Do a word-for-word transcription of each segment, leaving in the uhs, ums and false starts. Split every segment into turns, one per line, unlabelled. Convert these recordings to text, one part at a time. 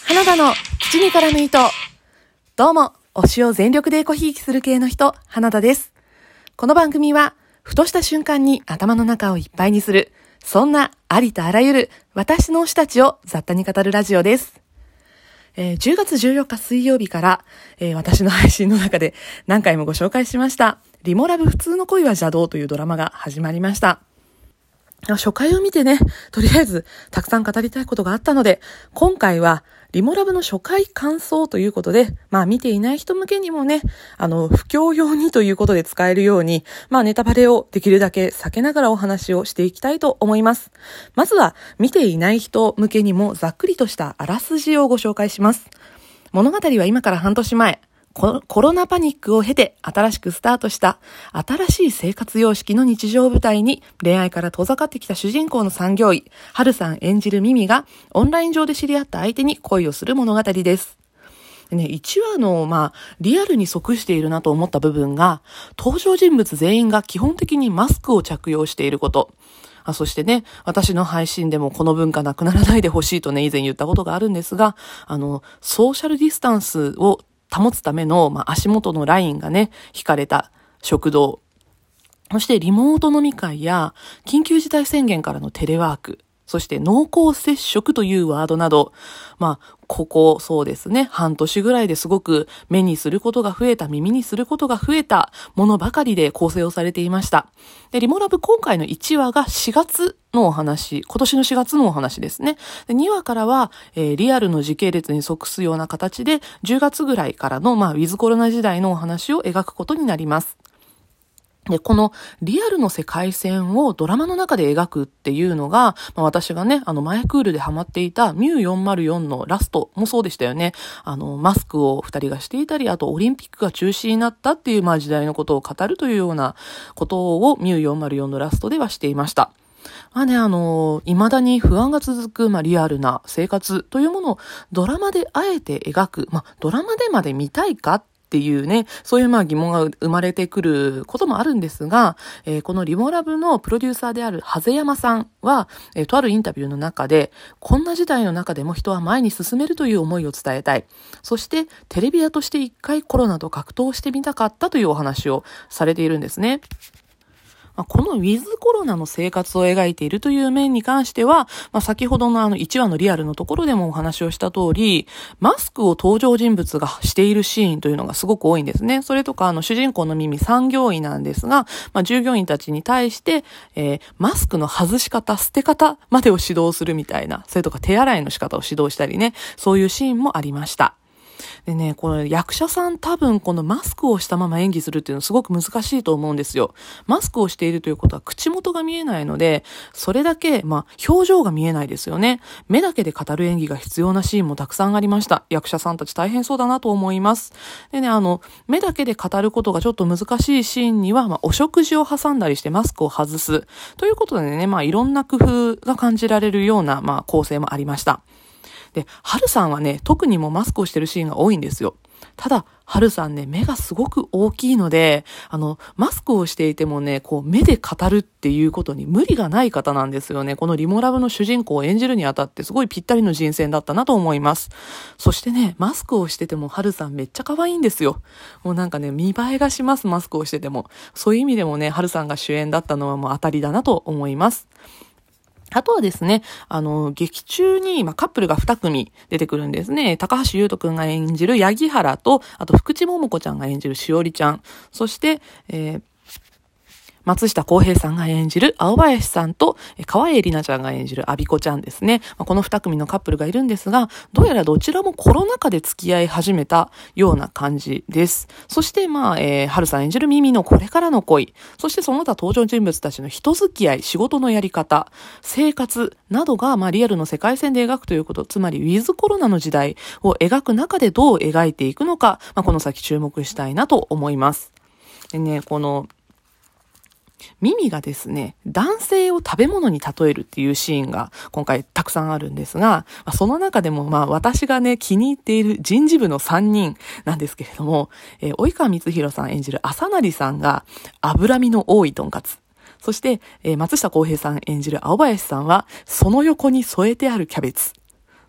花田の土に絡む糸。どうも、推しを全力でコヒーキする系の人、花田です。この番組は、ふとした瞬間に頭の中をいっぱいにする、そんなありとあらゆる私の推したちを雑多に語るラジオです。えー、じゅうがつじゅうよっか水曜日から、えー、私の配信の中で何回もご紹介しました、リモラブ普通の恋は邪道というドラマが始まりました。初回を見てね、とりあえずたくさん語りたいことがあったので、今回はリモラブの初回感想ということで、まあ見ていない人向けにもね、あの、不況用にということで使えるように、まあネタバレをできるだけ避けながらお話をしていきたいと思います。まずは見ていない人向けにもざっくりとしたあらすじをご紹介します。物語は今から半年前、コロナパニックを経て新しくスタートした新しい生活様式の日常を舞台に、恋愛から遠ざかってきた主人公の産業医、春さん演じるミミがオンライン上で知り合った相手に恋をする物語です。でね、いちわの、まあ、リアルに即しているなと思った部分が、登場人物全員が基本的にマスクを着用していること。あ、そしてね、私の配信でもこの文化なくならないでほしいとね、以前言ったことがあるんですが、あの、ソーシャルディスタンスを保つための、まあ、足元のラインがね、引かれた食堂。そしてリモート飲み会や緊急事態宣言からのテレワーク。そして濃厚接触というワードなど、まあ、ここ、そうですね、半年ぐらいですごく目にすることが増えた、耳にすることが増えたものばかりで構成をされていました。で、リモラブ今回のいちわがしがつのお話、今年のしがつのお話ですね。で、にわからは、えー、リアルの時系列に即すような形で、じゅうがつぐらいからの、まあ、ウィズコロナ時代のお話を描くことになります。で、このリアルの世界線をドラマの中で描くっていうのが、まあ、私がね、あのマイクールでハマっていたミューよんまるよんのラストもそうでしたよね。あの、マスクを二人がしていたり、あとオリンピックが中止になったっていう、まあ時代のことを語るというようなことをミューよんまるよんのラストではしていました。まあね、あの、未だに不安が続く、まあリアルな生活というものをドラマであえて描く、まあドラマでまで見たいかっていうね、そういうまあ疑問が生まれてくることもあるんですが、えー、このリモラブのプロデューサーであるハゼヤマさんは、えー、とあるインタビューの中で、こんな時代の中でも人は前に進めるという思いを伝えたい。そしてテレビ屋として一回コロナと格闘してみたかったというお話をされているんですね。このウィズコロナの生活を描いているという面に関しては、まあ、先ほどのあのいちわのリアルのところでもお話をした通り、マスクを登場人物がしているシーンというのがすごく多いんですね。それとかあの主人公のミミ産業医なんですが、まあ、従業員たちに対して、えー、マスクの外し方、捨て方までを指導するみたいな、それとか手洗いの仕方を指導したりね、そういうシーンもありました。でね、この役者さん多分このマスクをしたまま演技するっていうのすごく難しいと思うんですよ。マスクをしているということは口元が見えないので、それだけ、まあ、表情が見えないですよね。目だけで語る演技が必要なシーンもたくさんありました。役者さんたち大変そうだなと思います。でね、あの、目だけで語ることがちょっと難しいシーンには、まあ、お食事を挟んだりしてマスクを外す。ということでね、まあ、いろんな工夫が感じられるような、まあ、構成もありました。で、春さんはね、特にもマスクをしてるシーンが多いんですよ。ただ、春さんね、目がすごく大きいので、あの、マスクをしていてもね、こう、目で語るっていうことに無理がない方なんですよね。このリモラブの主人公を演じるにあたってすごいぴったりの人選だったなと思います。そしてね、マスクをしてても春さんめっちゃ可愛いんですよ。もうなんかね、見栄えがします、マスクをしてても。そういう意味でもね、春さんが主演だったのはもう当たりだなと思います。あとはですね、あの、劇中に、まあ、カップルがにくみ出てくるんですね。高橋優斗くんが演じる八木原と、あと福地桃子ちゃんが演じるしおりちゃん。そして、えー、松下洸平さんが演じる青林さんと、川栄里奈ちゃんが演じる阿比子ちゃんですね。まあ、このに組のカップルがいるんですが、どうやらどちらもコロナ禍で付き合い始めたような感じです。そして、まあ、えー、春さん演じるミミのこれからの恋、そしてその他登場人物たちの人付き合い、仕事のやり方、生活などが、まあ、リアルの世界線で描くということ、つまりウィズコロナの時代を描く中でどう描いていくのか、まあ、この先注目したいなと思います。でね、この、ミミがですね、男性を食べ物に例えるっていうシーンが今回たくさんあるんですが、その中でもまあ私がね気に入っている人事部のさんにんなんですけれども、えー、及川光弘さん演じる浅成さんが脂身の多いとんかつ。そして、えー、松下洸平さん演じる青林さんはその横に添えてあるキャベツ。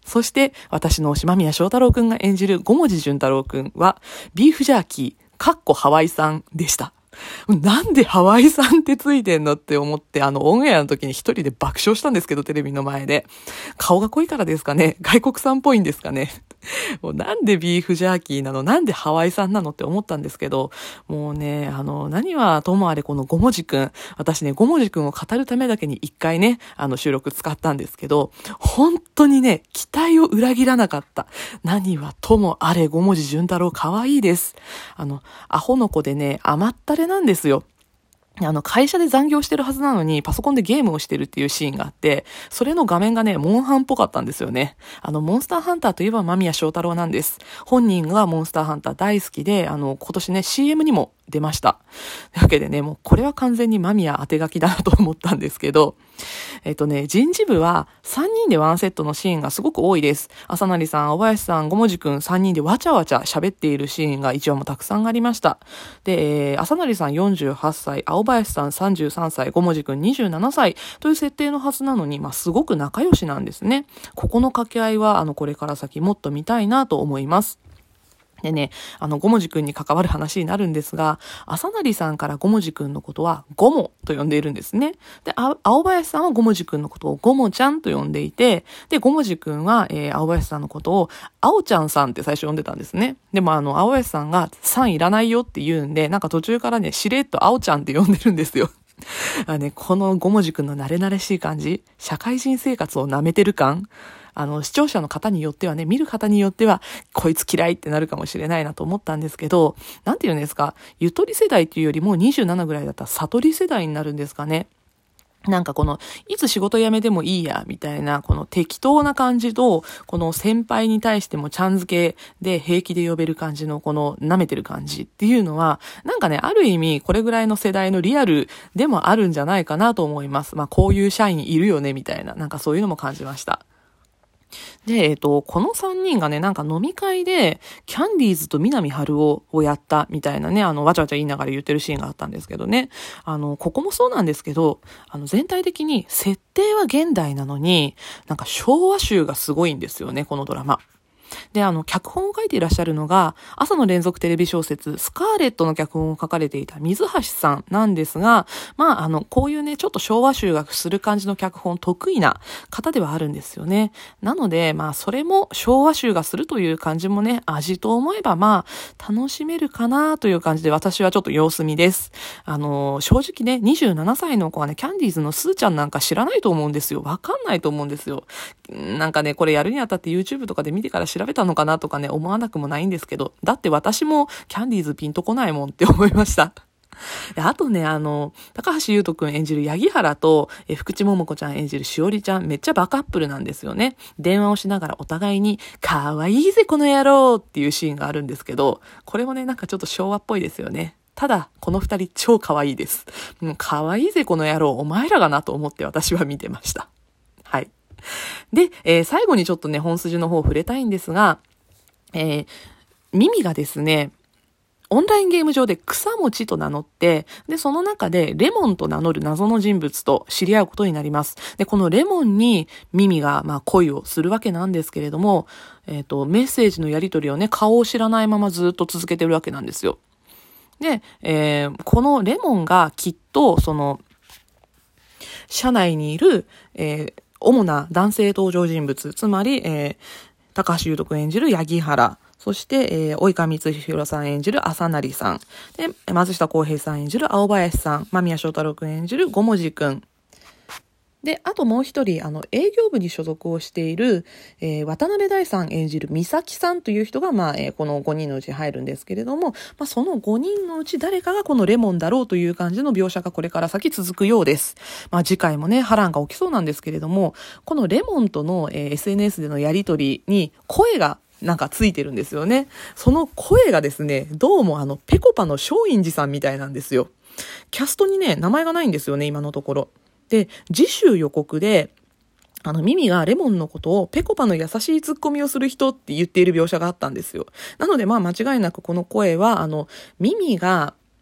そして私の島宮翔太郎くんが演じる五文字潤太郎くんはビーフジャーキー、かっこハワイ産でした。なんでハワイ産ってついてんのって思って、あの、オンエアの時に一人で爆笑したんですけど、テレビの前で。顔が濃いからですかね？外国産っぽいんですかね？もうなんでビーフジャーキーなの？なんでハワイ産なのって思ったんですけど、もうね、あの、何はともあれこのごもじくん、私ね、ごもじくんを語るためだけに一回ね、あの、収録使ったんですけど、本当にね、期待を裏切らなかった。何はともあれごもじ潤太郎可愛いです。あの、アホの子でね、甘ったれなんですよ。あの、会社で残業してるはずなのに、パソコンでゲームをしてるっていうシーンがあって、それの画面がね、モンハンっぽかったんですよね。あの、モンスターハンターといえば間宮祥太朗なんです。本人がモンスターハンター大好きで、あの、今年ね、シーエム にも出ました。というわけでね、もうこれは完全に間宮当て書きだなと思ったんですけど、えっとね、人事部はさんにんでワンセットのシーンがすごく多いです。浅成さん、小林さん、ごもじくんさんにんでわちゃわちゃ喋っているシーンがいちわもたくさんありました。で、えー、浅成さんよんじゅうはっさい、青林さんさんじゅうさんさい、ごもじくんにじゅうななさいという設定のはずなのに、まあ、すごく仲良しなんですね。ここの掛け合いは、あの、これから先もっと見たいなと思います。でね、あの、ごもじくんに関わる話になるんですが、浅成さんからごもじくんのことは、ごもと呼んでいるんですね。で、青林さんはごもじくんのことをごもちゃんと呼んでいて、で、ごもじくんは、えー、青林さんのことを、あおちゃんさんって最初呼んでたんですね。でも、あの、青林さんが、さんいらないよって言うんで、なんか途中からね、しれっとあおちゃんって呼んでるんですよ。あね、このごもじくんの慣れ慣れしい感じ、社会人生活を舐めてる感、あの、視聴者の方によってはね、見る方によっては、こいつ嫌いってなるかもしれないなと思ったんですけど、なんて言うんですか、ゆとり世代っていうよりもにじゅうななぐらいだったら悟り世代になるんですかね。なんかこの、いつ仕事辞めてもいいや、みたいな、この適当な感じと、この先輩に対してもちゃん付けで平気で呼べる感じの、この舐めてる感じっていうのは、なんかね、ある意味、これぐらいの世代のリアルでもあるんじゃないかなと思います。まあ、こういう社員いるよね、みたいな、なんかそういうのも感じました。で、えっと、このさんにんがね、なんか飲み会で、キャンディーズと南春夫をやったみたいなね、あの、わちゃわちゃ言いながら言ってるシーンがあったんですけどね。あの、ここもそうなんですけど、あの、全体的に設定は現代なのに、なんか昭和集がすごいんですよね、このドラマ。で、あの、脚本を書いていらっしゃるのが、朝の連続テレビ小説、スカーレットの脚本を書かれていた水橋さんなんですが、まあ、あの、こういうね、ちょっと昭和集がする感じの脚本得意な方ではあるんですよね。なので、まあ、それも昭和集がするという感じもね、味と思えば、まあ、楽しめるかなという感じで、私はちょっと様子見です。あの、正直ね、にじゅうななさいの子はね、キャンディーズのスーちゃんなんか知らないと思うんですよ。わかんないと思うんですよ。なんかね、これやるにあたって YouTube とかで見てから調べたのかなとかね、思わなくもないんですけど、だって私もキャンディーズピンとこないもんって思いました。であとね、あの、高橋優斗くん演じる八木原と、え福地桃子ちゃん演じるしおりちゃん、めっちゃバカップルなんですよね。電話をしながらお互いに、かわいいぜこの野郎っていうシーンがあるんですけど、これもね、なんかちょっと昭和っぽいですよね。ただ、この二人超可愛いです。もう可愛いぜこの野郎、お前らがなと思って私は見てました。はい。で、えー、最後にちょっとね、本筋の方を触れたいんですが、えー、ミミがですね、オンラインゲーム上で草餅と名乗って、で、その中でレモンと名乗る謎の人物と知り合うことになります。で、このレモンにミミが、まあ、恋をするわけなんですけれども、えっと、メッセージのやり取りをね、顔を知らないままずっと続けてるわけなんですよ。で、えー、このレモンがきっと、その、社内にいる、えー、主な男性登場人物、つまり、えー、高橋優斗くん演じる八木原、そして、えー、及川光弘さん演じる浅成さん、で、松下洸平さん演じる青林さん、間宮祥太朗くん演じる五文字くん。で、あともう一人、あの、営業部に所属をしている、えー、渡辺大さん演じる美咲さんという人が、まあ、えー、このごにんのうち入るんですけれども、まあ、そのごにんのうち誰かがこのレモンだろうという感じの描写がこれから先続くようです。まあ、次回もね、波乱が起きそうなんですけれども、このレモンとの、えー、エスエヌエス でのやりとりに声がなんかついてるんですよね。その声がですね、どうもあの、ペコパの松陰寺さんみたいなんですよ。キャストにね、名前がないんですよね、今のところ。で、次週予告で、あの、ミミがレモンのことをペコパの優しいツッコミをする人って言っている描写があったんですよ。なので、まあ間違いなくこの声は、あの、ミミが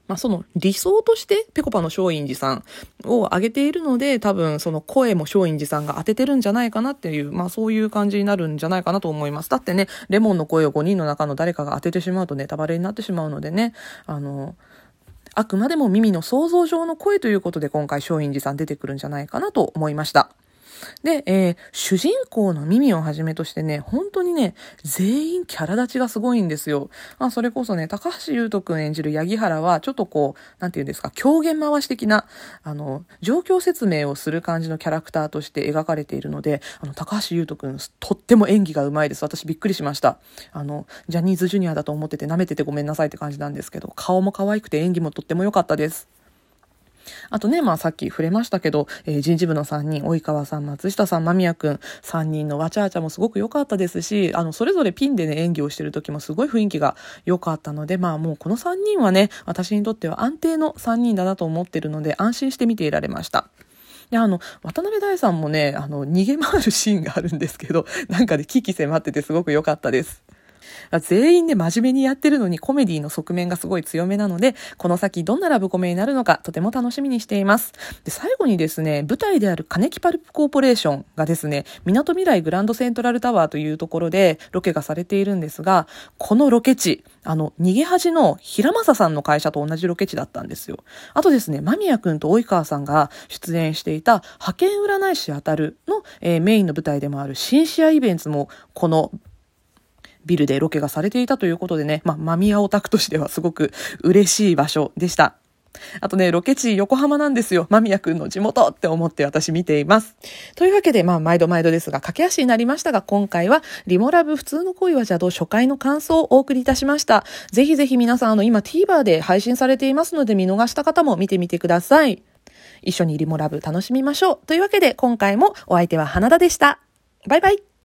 まあ、その理想としてぺこぱの松陰寺さんを挙げているので、多分その声も松陰寺さんが当ててるんじゃないかなっていう、まあそういう感じになるんじゃないかなと思います。だってね、レモンの声をごにんの中の誰かが当ててしまうとネタバレになってしまうのでね、あの、あくまでも耳の想像上の声ということで今回松陰寺さん出てくるんじゃないかなと思いました。で、えー、主人公のミミをはじめとしてね、本当にね、全員キャラ立ちがすごいんですよ。まあ、それこそね、高橋優斗くん演じる八木原は、ちょっとこう、なんていうんですか、狂言回し的な、あの、状況説明をする感じのキャラクターとして描かれているので、あの、高橋優斗くん、とっても演技がうまいです。私びっくりしました。あの、ジャニーズジュニアだと思ってて舐めててごめんなさいって感じなんですけど、顔も可愛くて演技もとっても良かったです。あとね、まあさっき触れましたけど、えー、人事部のさんにん、及川さん、松下さん、間宮くん、さんにんのわちゃわちゃもすごく良かったですし、あの、それぞれピンでね、演技をしてる時もすごい雰囲気が良かったので、まあもうこのさんにんはね、私にとっては安定のさんにんだなと思ってるので、安心して見ていられました。で、あの、渡辺大さんもね、あの、逃げ回るシーンがあるんですけど、なんかで危機迫っててすごく良かったです。全員で真面目にやってるのにコメディの側面がすごい強めなので、この先どんなラブコメになるのかとても楽しみにしています。で、最後にですね、舞台である金木パルプコーポレーションがですね、みなとみらいグランドセントラルタワーというところでロケがされているんですが、このロケ地、あの、逃げ恥の平正さんの会社と同じロケ地だったんですよ。あとですね、間宮くんと及川さんが出演していた派遣占い師当たるの、えー、メインの舞台でもあるシンシアイベンツもこのビルでロケがされていたということでね、まあ、間宮オタクとしてはすごく嬉しい場所でした。あとね、ロケ地横浜なんですよ。間宮くんの地元って思って私見ています。というわけで、まあ、毎度毎度ですが、駆け足になりましたが、今回は、リモラブ普通の恋は邪道初回の感想をお送りいたしました。ぜひぜひ皆さん、あの、今 TVer で配信されていますので、見逃した方も見てみてください。一緒にリモラブ楽しみましょう。というわけで、今回もお相手は花田でした。バイバイ。